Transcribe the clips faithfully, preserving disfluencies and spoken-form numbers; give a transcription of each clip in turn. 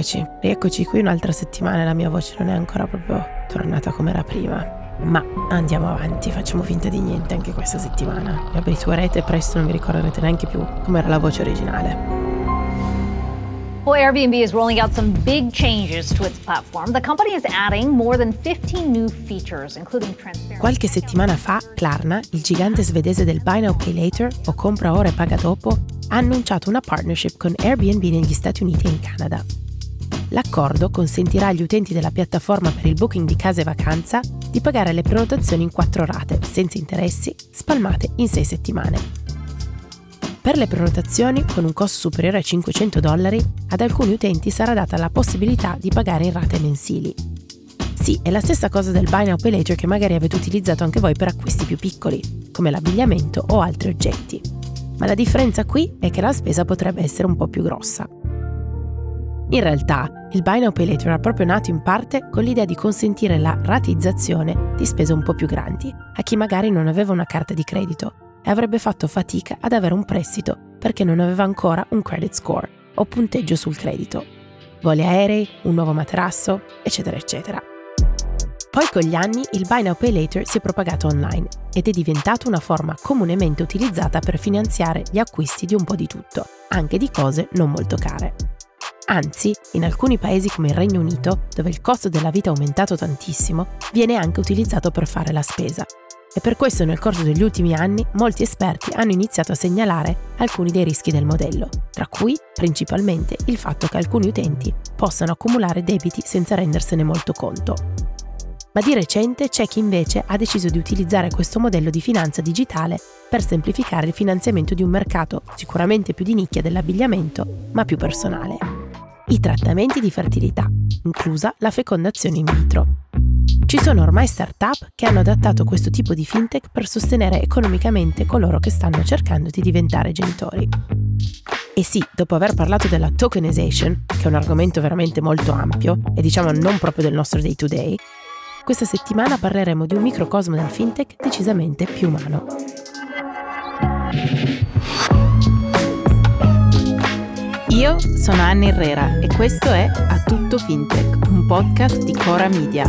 Eccoci, rieccoci qui un'altra settimana, la mia voce non è ancora proprio tornata come era prima. Ma andiamo avanti, facciamo finta di niente anche questa settimana. Vi abituerete presto, non vi ricorderete neanche più com'era la voce originale. Well, Airbnb is rolling out some big changes to its platform. The company is adding more than fifteen new features, including transparency. Qualche settimana fa, Klarna, il gigante svedese del Buy Now Pay Later o compra ora e paga dopo, ha annunciato una partnership con Airbnb negli Stati Uniti e in Canada. L'accordo consentirà agli utenti della piattaforma per il booking di case e vacanza di pagare le prenotazioni in quattro rate, senza interessi, spalmate in sei settimane. Per le prenotazioni, con un costo superiore a cinquecento dollari, ad alcuni utenti sarà data la possibilità di pagare in rate mensili. Sì, è la stessa cosa del Buy Now Pay Later che magari avete utilizzato anche voi per acquisti più piccoli, come l'abbigliamento o altri oggetti. Ma la differenza qui è che la spesa potrebbe essere un po' più grossa. In realtà, il Buy Now Pay Later era proprio nato in parte con l'idea di consentire la rateizzazione di spese un po' più grandi a chi magari non aveva una carta di credito e avrebbe fatto fatica ad avere un prestito perché non aveva ancora un credit score o punteggio sul credito. Voli aerei, un nuovo materasso, eccetera eccetera. Poi con gli anni il Buy Now Pay Later si è propagato online ed è diventato una forma comunemente utilizzata per finanziare gli acquisti di un po' di tutto, anche di cose non molto care. Anzi, in alcuni paesi come il Regno Unito, dove il costo della vita è aumentato tantissimo, viene anche utilizzato per fare la spesa. E per questo nel corso degli ultimi anni molti esperti hanno iniziato a segnalare alcuni dei rischi del modello, tra cui principalmente il fatto che alcuni utenti possano accumulare debiti senza rendersene molto conto. Ma di recente c'è chi invece ha deciso di utilizzare questo modello di finanza digitale per semplificare il finanziamento di un mercato sicuramente più di nicchia dell'abbigliamento, ma più personale. I trattamenti di fertilità, inclusa la fecondazione in vitro. Ci sono ormai start-up che hanno adattato questo tipo di fintech per sostenere economicamente coloro che stanno cercando di diventare genitori. E sì, dopo aver parlato della tokenization, che è un argomento veramente molto ampio e diciamo non proprio del nostro day to day, questa settimana parleremo di un microcosmo del fintech decisamente più umano. Io sono Anna Herrera e questo è A Tutto Fintech, un podcast di Cora Media.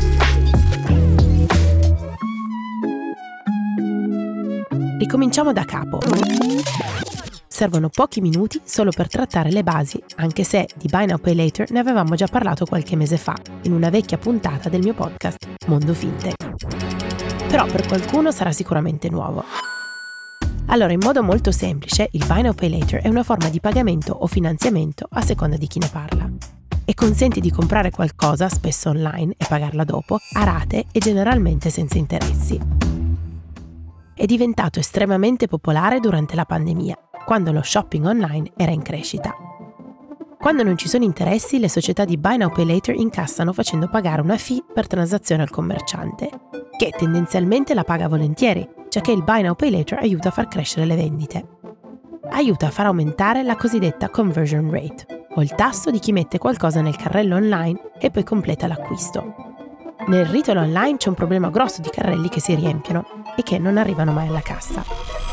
Ricominciamo da capo. Servono pochi minuti solo per trattare le basi, anche se di Buy Now Pay Later ne avevamo già parlato qualche mese fa, in una vecchia puntata del mio podcast Mondo Fintech. Però per qualcuno sarà sicuramente nuovo. Allora, in modo molto semplice, il Buy Now Pay Later è una forma di pagamento o finanziamento a seconda di chi ne parla. E consente di comprare qualcosa, spesso online, e pagarla dopo, a rate e generalmente senza interessi. È diventato estremamente popolare durante la pandemia, quando lo shopping online era in crescita. Quando non ci sono interessi, le società di Buy Now Pay Later incassano facendo pagare una fee per transazione al commerciante, che tendenzialmente la paga volentieri, già che il Buy Now Pay Later aiuta a far crescere le vendite. Aiuta a far aumentare la cosiddetta conversion rate, o il tasso di chi mette qualcosa nel carrello online e poi completa l'acquisto. Nel retail online c'è un problema grosso di carrelli che si riempiono e che non arrivano mai alla cassa.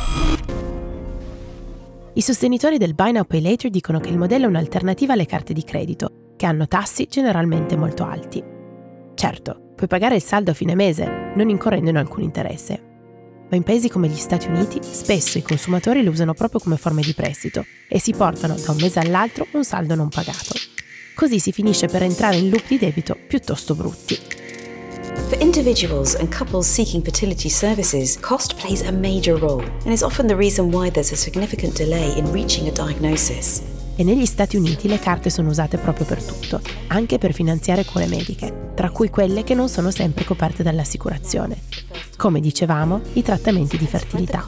I sostenitori del Buy Now Pay Later dicono che il modello è un'alternativa alle carte di credito, che hanno tassi generalmente molto alti. Certo, puoi pagare il saldo a fine mese, non incorrendo in alcun interesse. Ma in paesi come gli Stati Uniti, spesso i consumatori lo usano proprio come forme di prestito e si portano da un mese all'altro un saldo non pagato. Così si finisce per entrare in loop di debito piuttosto brutti. For individuals and couples seeking fertility services, cost plays a major role and is often the reason why there's a significant delay in reaching a diagnosis. E negli Stati Uniti le carte sono usate proprio per tutto, anche per finanziare cure mediche, tra cui quelle che non sono sempre coperte dall'assicurazione. Come dicevamo, i trattamenti di fertilità.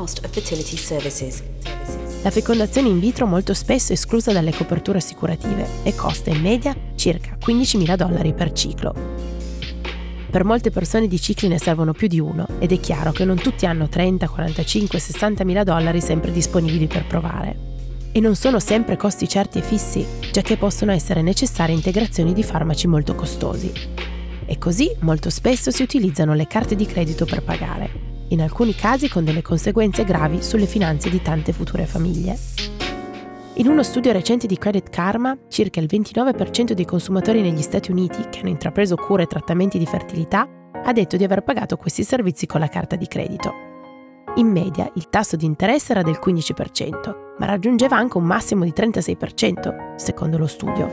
La fecondazione in vitro molto spesso è esclusa dalle coperture assicurative e costa in media circa quindicimila dollari per ciclo. Per molte persone di cicli ne servono più di uno ed è chiaro che non tutti hanno trenta, quarantacinque, sessantamila dollari sempre disponibili per provare. E non sono sempre costi certi e fissi, già che possono essere necessarie integrazioni di farmaci molto costosi. E così molto spesso si utilizzano le carte di credito per pagare, in alcuni casi con delle conseguenze gravi sulle finanze di tante future famiglie. In uno studio recente di Credit Karma, circa il ventinove per cento dei consumatori negli Stati Uniti che hanno intrapreso cure e trattamenti di fertilità ha detto di aver pagato questi servizi con la carta di credito. In media il tasso di interesse era del quindici per cento, ma raggiungeva anche un massimo di trentasei per cento, secondo lo studio.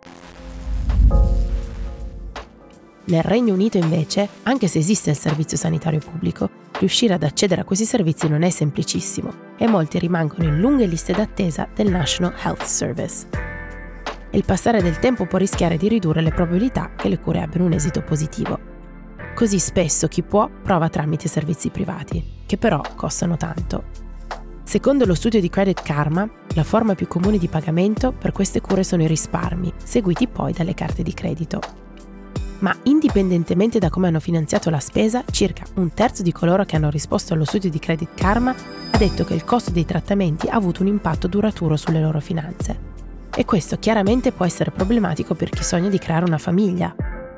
Nel Regno Unito invece, anche se esiste il servizio sanitario pubblico, riuscire ad accedere a questi servizi non è semplicissimo e molti rimangono in lunghe liste d'attesa del National Health Service. E il passare del tempo può rischiare di ridurre le probabilità che le cure abbiano un esito positivo. Così spesso chi può prova tramite servizi privati, che però costano tanto. Secondo lo studio di Credit Karma, la forma più comune di pagamento per queste cure sono i risparmi, seguiti poi dalle carte di credito. Ma indipendentemente da come hanno finanziato la spesa, circa un terzo di coloro che hanno risposto allo studio di Credit Karma ha detto che il costo dei trattamenti ha avuto un impatto duraturo sulle loro finanze. E questo chiaramente può essere problematico per chi sogna di creare una famiglia.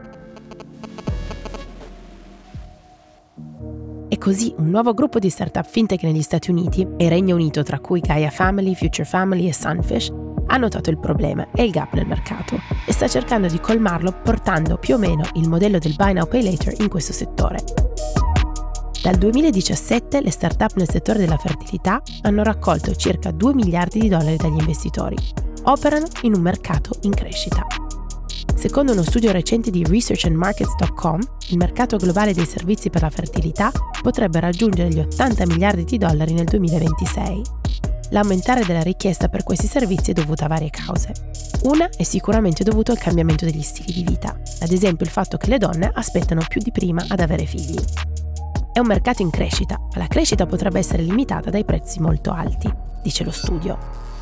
E così un nuovo gruppo di startup fintech negli Stati Uniti e Regno Unito, tra cui Gaia Family, Future Family e Sunfish, ha notato il problema e il gap nel mercato e sta cercando di colmarlo portando più o meno il modello del Buy Now Pay Later in questo settore. Dal duemiladiciassette le startup nel settore della fertilità hanno raccolto circa due miliardi di dollari dagli investitori. Operano in un mercato in crescita. Secondo uno studio recente di research and markets dot com, il mercato globale dei servizi per la fertilità potrebbe raggiungere gli ottanta miliardi di dollari nel duemilaventisei. L'aumentare della richiesta per questi servizi è dovuta a varie cause. Una è sicuramente dovuto al cambiamento degli stili di vita, ad esempio il fatto che le donne aspettano più di prima ad avere figli. È un mercato in crescita, ma la crescita potrebbe essere limitata dai prezzi molto alti, dice lo studio.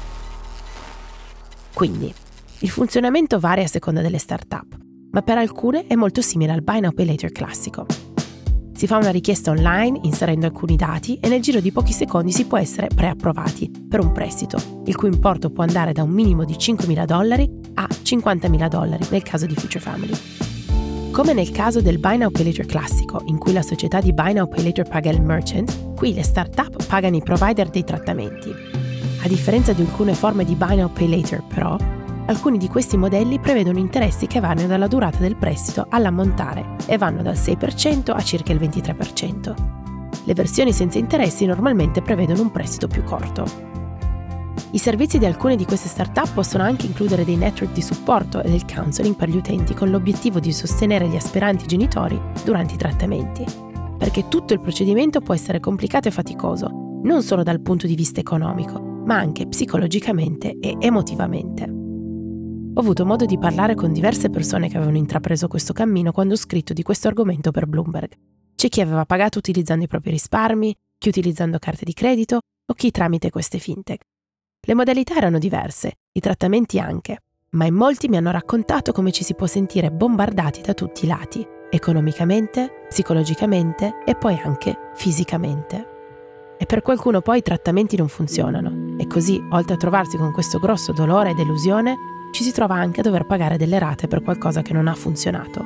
Quindi, il funzionamento varia a seconda delle start-up, ma per alcune è molto simile al Buy Now Pay Later classico. Si fa una richiesta online inserendo alcuni dati e nel giro di pochi secondi si può essere preapprovati per un prestito, il cui importo può andare da un minimo di cinquemila dollari a cinquantamila dollari nel caso di Future Family. Come nel caso del Buy Now Pay Later classico, in cui la società di Buy Now Pay Later paga il merchant, qui le start-up pagano i provider dei trattamenti. A differenza di alcune forme di Buy Now Pay Later, però, alcuni di questi modelli prevedono interessi che vanno dalla durata del prestito all'ammontare e vanno dal sei per cento a circa il ventitré per cento. Le versioni senza interessi normalmente prevedono un prestito più corto. I servizi di alcune di queste start-up possono anche includere dei network di supporto e del counseling per gli utenti con l'obiettivo di sostenere gli aspiranti genitori durante i trattamenti, perché tutto il procedimento può essere complicato e faticoso, non solo dal punto di vista economico, ma anche psicologicamente e emotivamente. Ho avuto modo di parlare con diverse persone che avevano intrapreso questo cammino quando ho scritto di questo argomento per Bloomberg. C'è chi aveva pagato utilizzando i propri risparmi, chi utilizzando carte di credito o chi tramite queste fintech. Le modalità erano diverse, i trattamenti anche, ma in molti mi hanno raccontato come ci si può sentire bombardati da tutti i lati, economicamente, psicologicamente e poi anche fisicamente. E per qualcuno poi i trattamenti non funzionano e così, oltre a trovarsi con questo grosso dolore e delusione, ci si trova anche a dover pagare delle rate per qualcosa che non ha funzionato.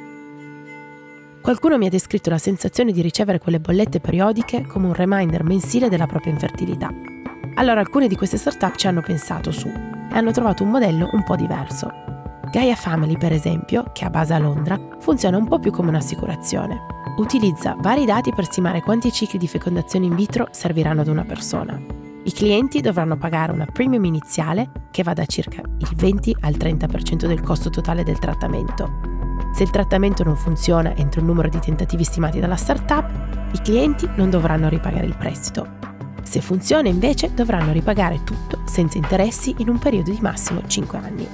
Qualcuno mi ha descritto la sensazione di ricevere quelle bollette periodiche come un reminder mensile della propria infertilità. Allora alcune di queste startup ci hanno pensato su e hanno trovato un modello un po' diverso. Gaia Family, per esempio, che ha base a Londra, funziona un po' più come un'assicurazione. Utilizza vari dati per stimare quanti cicli di fecondazione in vitro serviranno ad una persona. I clienti dovranno pagare una premium iniziale che va da circa il venti al trenta per cento del costo totale del trattamento. Se il trattamento non funziona entro il numero di tentativi stimati dalla startup, i clienti non dovranno ripagare il prestito. Se funziona invece dovranno ripagare tutto senza interessi in un periodo di massimo cinque anni.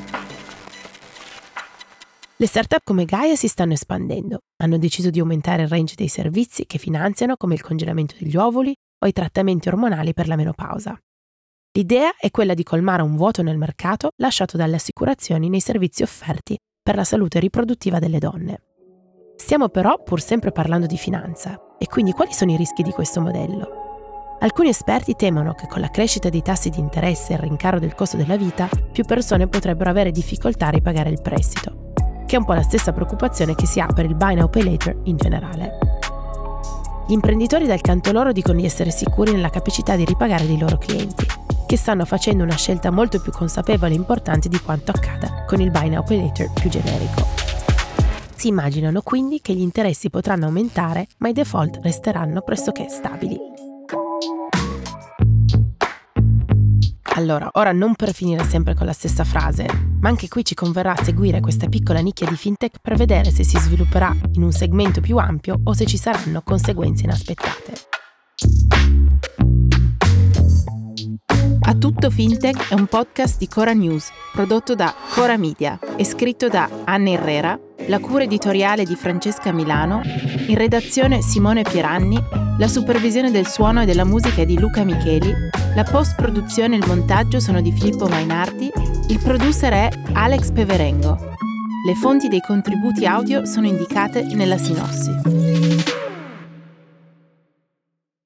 Le startup come Gaia si stanno espandendo. Hanno deciso di aumentare il range dei servizi che finanziano, come il congelamento degli ovuli o i trattamenti ormonali per la menopausa. L'idea è quella di colmare un vuoto nel mercato lasciato dalle assicurazioni nei servizi offerti per la salute riproduttiva delle donne. Stiamo però pur sempre parlando di finanza, e quindi quali sono i rischi di questo modello? Alcuni esperti temono che con la crescita dei tassi di interesse e il rincaro del costo della vita, più persone potrebbero avere difficoltà a ripagare il prestito, che è un po' la stessa preoccupazione che si ha per il Buy Now Pay Later in generale. Gli imprenditori dal canto loro dicono di essere sicuri nella capacità di ripagare dei loro clienti, che stanno facendo una scelta molto più consapevole e importante di quanto accada con il Buy Now Pay Later più generico. Si immaginano quindi che gli interessi potranno aumentare, ma i default resteranno pressoché stabili. Allora, ora non per finire sempre con la stessa frase, ma anche qui ci converrà seguire questa piccola nicchia di fintech per vedere se si svilupperà in un segmento più ampio o se ci saranno conseguenze inaspettate. A Tutto Fintech è un podcast di Cora News, prodotto da Cora Media e scritto da Anna Herrera, la cura editoriale di Francesca Milano, in redazione Simone Pieranni, la supervisione del suono e della musica è di Luca Micheli, la post-produzione e il montaggio sono di Filippo Mainardi, il producer è Alex Peverengo. Le fonti dei contributi audio sono indicate nella sinossi.